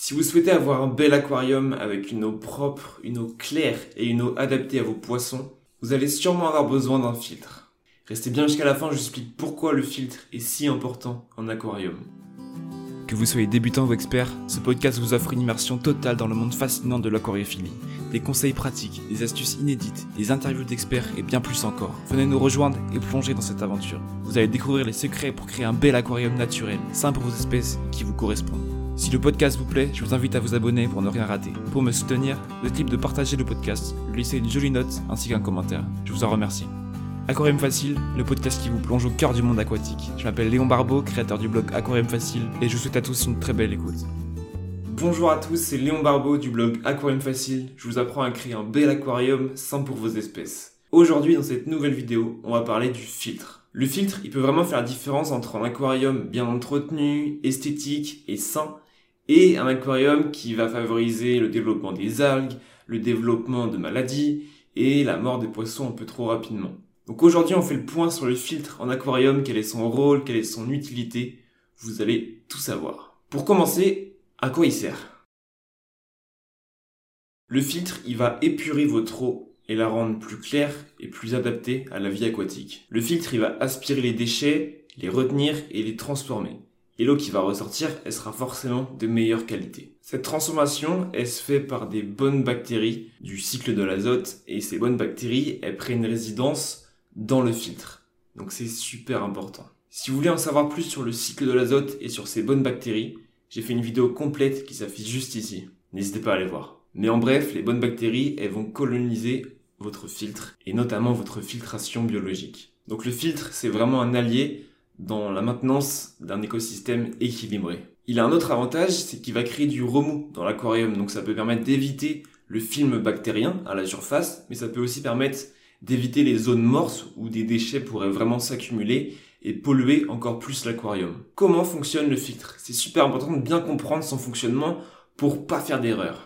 Si vous souhaitez avoir un bel aquarium avec une eau propre, une eau claire et une eau adaptée à vos poissons, vous allez sûrement avoir besoin d'un filtre. Restez bien jusqu'à la fin, je vous explique pourquoi le filtre est si important en aquarium. Que vous soyez débutant ou expert, ce podcast vous offre une immersion totale dans le monde fascinant de l'aquariophilie. Des conseils pratiques, des astuces inédites, des interviews d'experts et bien plus encore. Venez nous rejoindre et plonger dans cette aventure. Vous allez découvrir les secrets pour créer un bel aquarium naturel, sain pour vos espèces et qui vous correspond. Si le podcast vous plaît, je vous invite à vous abonner pour ne rien rater. Pour me soutenir, le type de partager le podcast, lui laisser une jolie note ainsi qu'un commentaire. Je vous en remercie. Aquarium Facile, le podcast qui vous plonge au cœur du monde aquatique. Je m'appelle Léon Barbeau, créateur du blog Aquarium Facile, et je vous souhaite à tous une très belle écoute. Bonjour à tous, c'est Léon Barbeau du blog Aquarium Facile. Je vous apprends à créer un bel aquarium sain pour vos espèces. Aujourd'hui, dans cette nouvelle vidéo, on va parler du filtre. Le filtre, il peut vraiment faire la différence entre un aquarium bien entretenu, esthétique et sain, et un aquarium qui va favoriser le développement des algues, le développement de maladies et la mort des poissons un peu trop rapidement. Donc aujourd'hui, on fait le point sur le filtre en aquarium, quel est son rôle, quelle est son utilité. Vous allez tout savoir. Pour commencer, à quoi il sert ? Le filtre, il va épurer votre eau et la rendre plus claire et plus adaptée à la vie aquatique. Le filtre, il va aspirer les déchets, les retenir et les transformer. Et l'eau qui va ressortir, elle sera forcément de meilleure qualité. Cette transformation, elle se fait par des bonnes bactéries du cycle de l'azote, et ces bonnes bactéries, elles prennent résidence dans le filtre. Donc c'est super important. Si vous voulez en savoir plus sur le cycle de l'azote et sur ces bonnes bactéries, j'ai fait une vidéo complète qui s'affiche juste ici. N'hésitez pas à aller voir. Mais en bref, les bonnes bactéries, elles vont coloniser votre filtre, et notamment votre filtration biologique. Donc le filtre, c'est vraiment un allié dans la maintenance d'un écosystème équilibré. Il a un autre avantage, c'est qu'il va créer du remous dans l'aquarium, donc ça peut permettre d'éviter le film bactérien à la surface, mais ça peut aussi permettre d'éviter les zones mortes où des déchets pourraient vraiment s'accumuler et polluer encore plus l'aquarium. Comment fonctionne le filtre ? C'est super important de bien comprendre son fonctionnement pour pas faire d'erreur.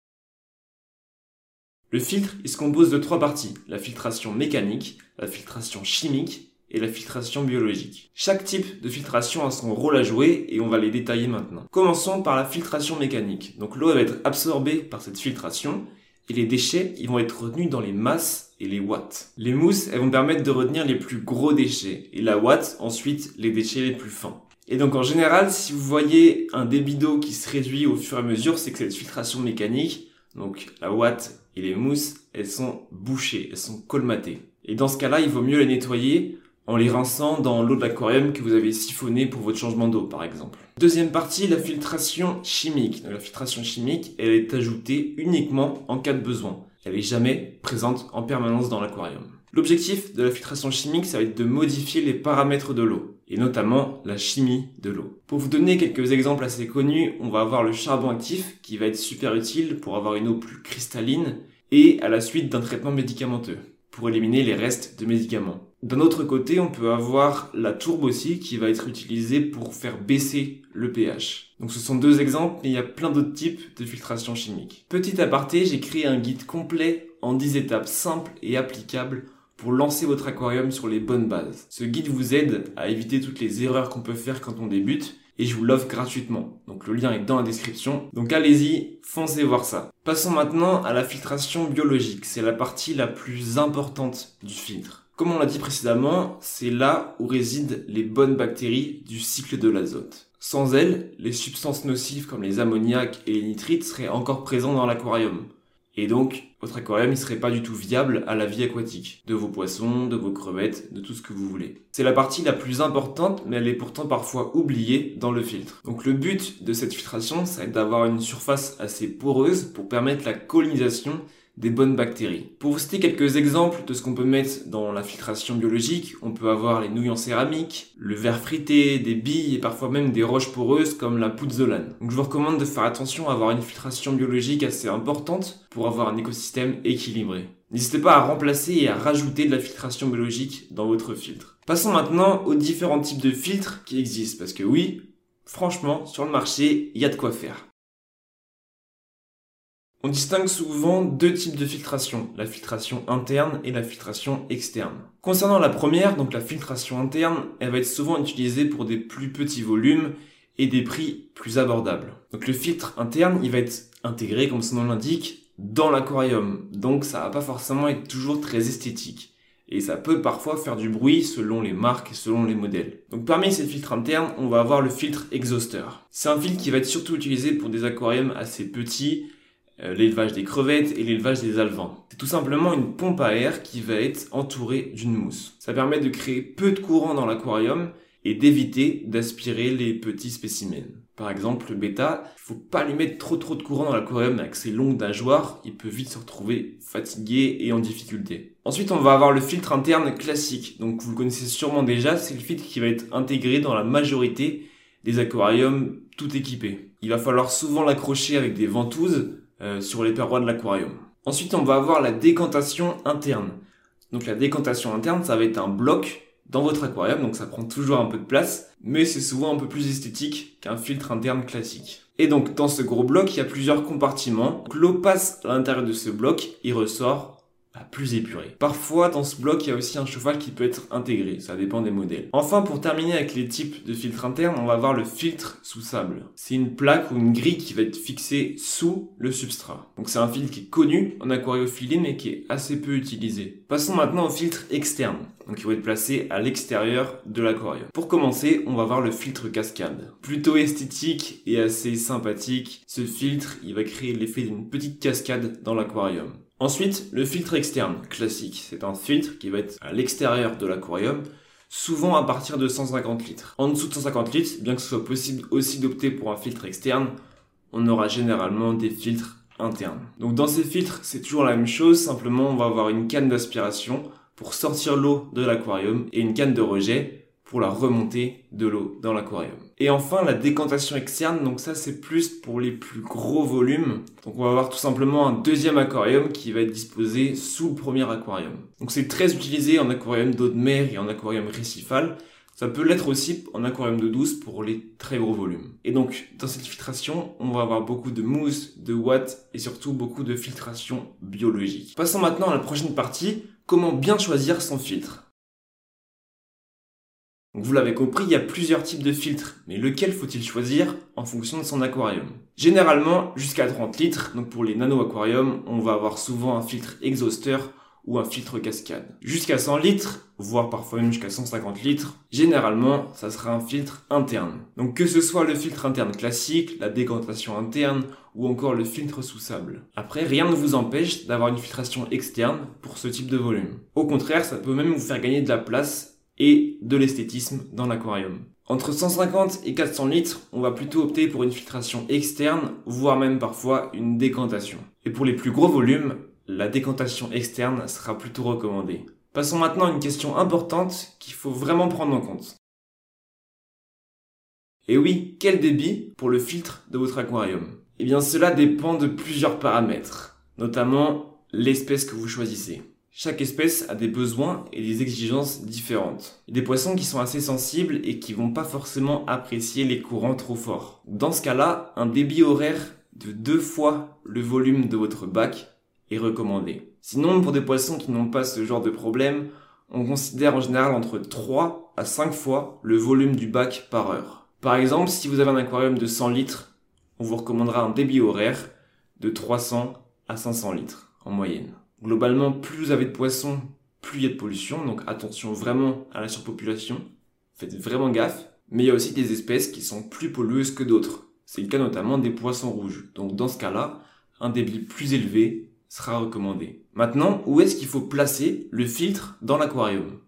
Le filtre, il se compose de 3 parties, la filtration mécanique, la filtration chimique et la filtration biologique. Chaque type de filtration a son rôle à jouer et on va les détailler maintenant. Commençons par la filtration mécanique. Donc l'eau va être absorbée par cette filtration et les déchets ils vont être retenus dans les masses et les watts. Les mousses elles vont permettre de retenir les plus gros déchets et la watt ensuite les déchets les plus fins. Et donc en général si vous voyez un débit d'eau qui se réduit au fur et à mesure, c'est que cette filtration mécanique, donc la watt et les mousses, elles sont bouchées, elles sont colmatées. Et dans ce cas-là, il vaut mieux les nettoyer en les rinçant dans l'eau de l'aquarium que vous avez siphonnée pour votre changement d'eau, par exemple. Deuxième partie, la filtration chimique. Donc, la filtration chimique, elle est ajoutée uniquement en cas de besoin. Elle n'est jamais présente en permanence dans l'aquarium. L'objectif de la filtration chimique, ça va être de modifier les paramètres de l'eau, et notamment la chimie de l'eau. Pour vous donner quelques exemples assez connus, on va avoir le charbon actif, qui va être super utile pour avoir une eau plus cristalline, et à la suite d'un traitement médicamenteux, pour éliminer les restes de médicaments. D'un autre côté, on peut avoir la tourbe aussi qui va être utilisée pour faire baisser le pH. Donc ce sont 2 exemples, mais il y a plein d'autres types de filtration chimique. Petit aparté, j'ai créé un guide complet en 10 étapes simples et applicables pour lancer votre aquarium sur les bonnes bases. Ce guide vous aide à éviter toutes les erreurs qu'on peut faire quand on débute et je vous l'offre gratuitement. Donc le lien est dans la description. Donc allez-y, foncez voir ça. Passons maintenant à la filtration biologique. C'est la partie la plus importante du filtre. Comme on l'a dit précédemment, c'est là où résident les bonnes bactéries du cycle de l'azote. Sans elles, les substances nocives comme les ammoniaques et les nitrites seraient encore présents dans l'aquarium. Et donc, votre aquarium ne serait pas du tout viable à la vie aquatique, de vos poissons, de vos crevettes, de tout ce que vous voulez. C'est la partie la plus importante, mais elle est pourtant parfois oubliée dans le filtre. Donc le but de cette filtration, ça va être d'avoir une surface assez poreuse pour permettre la colonisation des bonnes bactéries. Pour vous citer quelques exemples de ce qu'on peut mettre dans la filtration biologique, on peut avoir les nouilles en céramique, le verre frité, des billes et parfois même des roches poreuses comme la pouzzolane. Donc je vous recommande de faire attention à avoir une filtration biologique assez importante pour avoir un écosystème équilibré. N'hésitez pas à remplacer et à rajouter de la filtration biologique dans votre filtre. Passons maintenant aux différents types de filtres qui existent parce que oui, franchement, sur le marché, il y a de quoi faire. On distingue souvent 2 types de filtration, la filtration interne et la filtration externe. Concernant la première, donc la filtration interne, elle va être souvent utilisée pour des plus petits volumes et des prix plus abordables. Donc le filtre interne, il va être intégré, comme son nom l'indique, dans l'aquarium. Donc ça va pas forcément être toujours très esthétique. Et ça peut parfois faire du bruit selon les marques et selon les modèles. Donc parmi ces filtres internes, on va avoir le filtre exhauster. C'est un filtre qui va être surtout utilisé pour des aquariums assez petits, l'élevage des crevettes et l'élevage des alevins. C'est tout simplement une pompe à air qui va être entourée d'une mousse. Ça permet de créer peu de courant dans l'aquarium et d'éviter d'aspirer les petits spécimens. Par exemple, le bêta, il faut pas lui mettre trop de courant dans l'aquarium avec ses longues nageoires, il peut vite se retrouver fatigué et en difficulté. Ensuite, on va avoir le filtre interne classique. Donc vous le connaissez sûrement déjà, c'est le filtre qui va être intégré dans la majorité des aquariums tout équipés. Il va falloir souvent l'accrocher avec des ventouses sur les parois de l'aquarium. Ensuite, on va avoir la décantation interne. Donc la décantation interne, ça va être un bloc dans votre aquarium, donc ça prend toujours un peu de place, mais c'est souvent un peu plus esthétique qu'un filtre interne classique. Et donc dans ce gros bloc, il y a plusieurs compartiments. Donc, l'eau passe à l'intérieur de ce bloc et ressort plus épurée. Parfois, dans ce bloc, il y a aussi un chauffage qui peut être intégré, ça dépend des modèles. Enfin, pour terminer avec les types de filtres internes, on va avoir le filtre sous sable. C'est une plaque ou une grille qui va être fixée sous le substrat. Donc c'est un filtre qui est connu en aquariophilie, mais qui est assez peu utilisé. Passons maintenant au filtre externe. Donc il va être placé à l'extérieur de l'aquarium. Pour commencer, on va voir le filtre cascade. Plutôt esthétique et assez sympathique, ce filtre, il va créer l'effet d'une petite cascade dans l'aquarium. Ensuite, le filtre externe, classique. C'est un filtre qui va être à l'extérieur de l'aquarium, souvent à partir de 150 litres. En dessous de 150 litres, bien que ce soit possible aussi d'opter pour un filtre externe, on aura généralement des filtres internes. Donc dans ces filtres, c'est toujours la même chose, simplement on va avoir une canne d'aspiration pour sortir l'eau de l'aquarium et une canne de rejet pour la remontée de l'eau dans l'aquarium. Et enfin, la décantation externe, donc ça c'est plus pour les plus gros volumes. Donc on va avoir tout simplement un deuxième aquarium qui va être disposé sous le premier aquarium. Donc c'est très utilisé en aquarium d'eau de mer et en aquarium récifal. Ça peut l'être aussi en aquarium d'eau douce pour les très gros volumes. Et donc, dans cette filtration, on va avoir beaucoup de mousse, de watts et surtout beaucoup de filtration biologique. Passons maintenant à la prochaine partie, comment bien choisir son filtre. Donc vous l'avez compris, il y a plusieurs types de filtres, mais lequel faut-il choisir en fonction de son aquarium? Généralement, jusqu'à 30 litres, donc pour les nano-aquariums, on va avoir souvent un filtre exhauster ou un filtre cascade. Jusqu'à 100 litres, voire parfois même jusqu'à 150 litres, généralement, ça sera un filtre interne. Donc que ce soit le filtre interne classique, la décantation interne, ou encore le filtre sous sable. Après, rien ne vous empêche d'avoir une filtration externe pour ce type de volume. Au contraire, ça peut même vous faire gagner de la place et de l'esthétisme dans l'aquarium. Entre 150 et 400 litres, on va plutôt opter pour une filtration externe, voire même parfois une décantation. Et pour les plus gros volumes, la décantation externe sera plutôt recommandée. Passons maintenant à une question importante qu'il faut vraiment prendre en compte. Et oui, quel débit pour le filtre de votre aquarium? Eh bien cela dépend de plusieurs paramètres, notamment l'espèce que vous choisissez. Chaque espèce a des besoins et des exigences différentes. Il y a des poissons qui sont assez sensibles et qui vont pas forcément apprécier les courants trop forts. Dans ce cas-là, un débit horaire de 2 fois le volume de votre bac est recommandé. Sinon, pour des poissons qui n'ont pas ce genre de problème, on considère en général entre 3 à 5 fois le volume du bac par heure. Par exemple, si vous avez un aquarium de 100 litres, on vous recommandera un débit horaire de 300 à 500 litres en moyenne. Globalement, plus vous avez de poissons, plus il y a de pollution, donc attention vraiment à la surpopulation. Faites vraiment gaffe. Mais il y a aussi des espèces qui sont plus pollueuses que d'autres. C'est le cas notamment des poissons rouges. Donc dans ce cas-là, un débit plus élevé sera recommandé. Maintenant, où est-ce qu'il faut placer le filtre dans l'aquarium?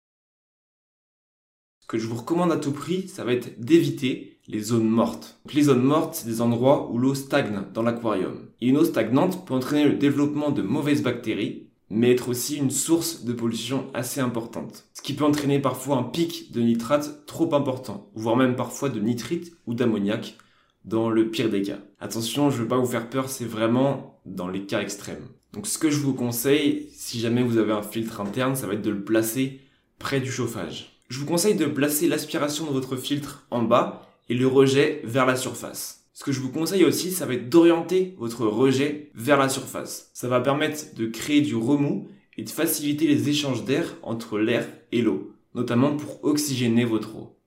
Ce que je vous recommande à tout prix, ça va être d'éviter les zones mortes. Donc les zones mortes, c'est des endroits où l'eau stagne dans l'aquarium. Et une eau stagnante peut entraîner le développement de mauvaises bactéries, mais être aussi une source de pollution assez importante. Ce qui peut entraîner parfois un pic de nitrate trop important, voire même parfois de nitrite ou d'ammoniac, dans le pire des cas. Attention, je ne veux pas vous faire peur, c'est vraiment dans les cas extrêmes. Donc ce que je vous conseille, si jamais vous avez un filtre interne, ça va être de le placer près du chauffage. Je vous conseille de placer l'aspiration de votre filtre en bas et le rejet vers la surface. Ce que je vous conseille aussi, ça va être d'orienter votre rejet vers la surface. Ça va permettre de créer du remous et de faciliter les échanges d'air entre l'air et l'eau, notamment pour oxygéner votre eau.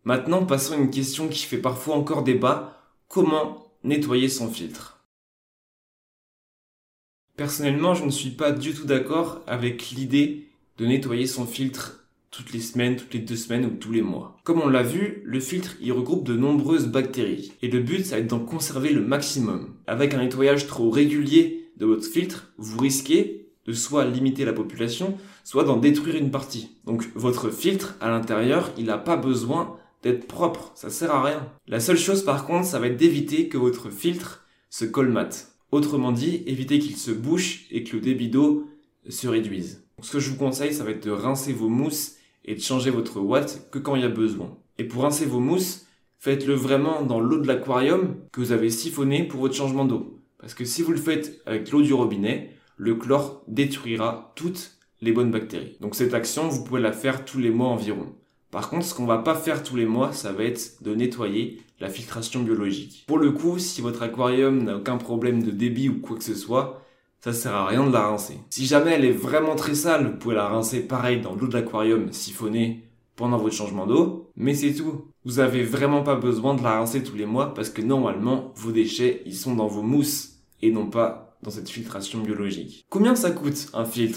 Maintenant, passons à une question qui fait parfois encore débat. Comment nettoyer son filtre? Personnellement, je ne suis pas du tout d'accord avec l'idée de nettoyer son filtre toutes les semaines, toutes les 2 semaines ou tous les mois. Comme on l'a vu, le filtre, il regroupe de nombreuses bactéries. Et le but, ça va être d'en conserver le maximum. Avec un nettoyage trop régulier de votre filtre, vous risquez de soit limiter la population, soit d'en détruire une partie. Donc votre filtre, à l'intérieur, il n'a pas besoin d'être propre, ça sert à rien. La seule chose par contre, ça va être d'éviter que votre filtre se colmate. Autrement dit, évitez qu'il se bouche et que le débit d'eau se réduise. Donc, ce que je vous conseille, ça va être de rincer vos mousses et de changer votre watt que quand il y a besoin. Et pour rincer vos mousses, faites-le vraiment dans l'eau de l'aquarium que vous avez siphonné pour votre changement d'eau. Parce que si vous le faites avec l'eau du robinet, le chlore détruira toutes les bonnes bactéries. Donc cette action, vous pouvez la faire tous les mois environ. Par contre, ce qu'on va pas faire tous les mois, ça va être de nettoyer la filtration biologique. Pour le coup, si votre aquarium n'a aucun problème de débit ou quoi que ce soit, ça sert à rien de la rincer. Si jamais elle est vraiment très sale, vous pouvez la rincer pareil dans l'eau de l'aquarium siphonnée pendant votre changement d'eau, mais c'est tout. Vous avez vraiment pas besoin de la rincer tous les mois parce que normalement, vos déchets, ils sont dans vos mousses et non pas dans cette filtration biologique. Combien ça coûte un filtre ?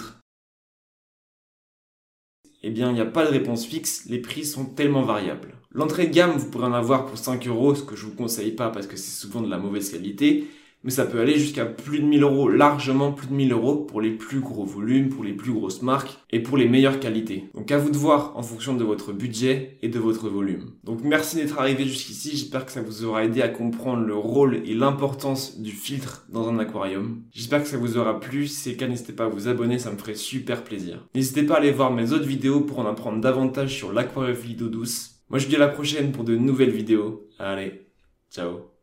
Eh bien, il n'y a pas de réponse fixe, les prix sont tellement variables. L'entrée de gamme, vous pourrez en avoir pour 5 €, ce que je vous conseille pas parce que c'est souvent de la mauvaise qualité, mais ça peut aller jusqu'à plus de 1 000 €, largement plus de 1 000 € pour les plus gros volumes, pour les plus grosses marques et pour les meilleures qualités. Donc à vous de voir en fonction de votre budget et de votre volume. Donc merci d'être arrivé jusqu'ici, j'espère que ça vous aura aidé à comprendre le rôle et l'importance du filtre dans un aquarium. J'espère que ça vous aura plu, si c'est le cas n'hésitez pas à vous abonner, ça me ferait super plaisir. N'hésitez pas à aller voir mes autres vidéos pour en apprendre davantage sur l'aquariophilie d'eau douce. Moi je vous dis à la prochaine pour de nouvelles vidéos. Allez, ciao.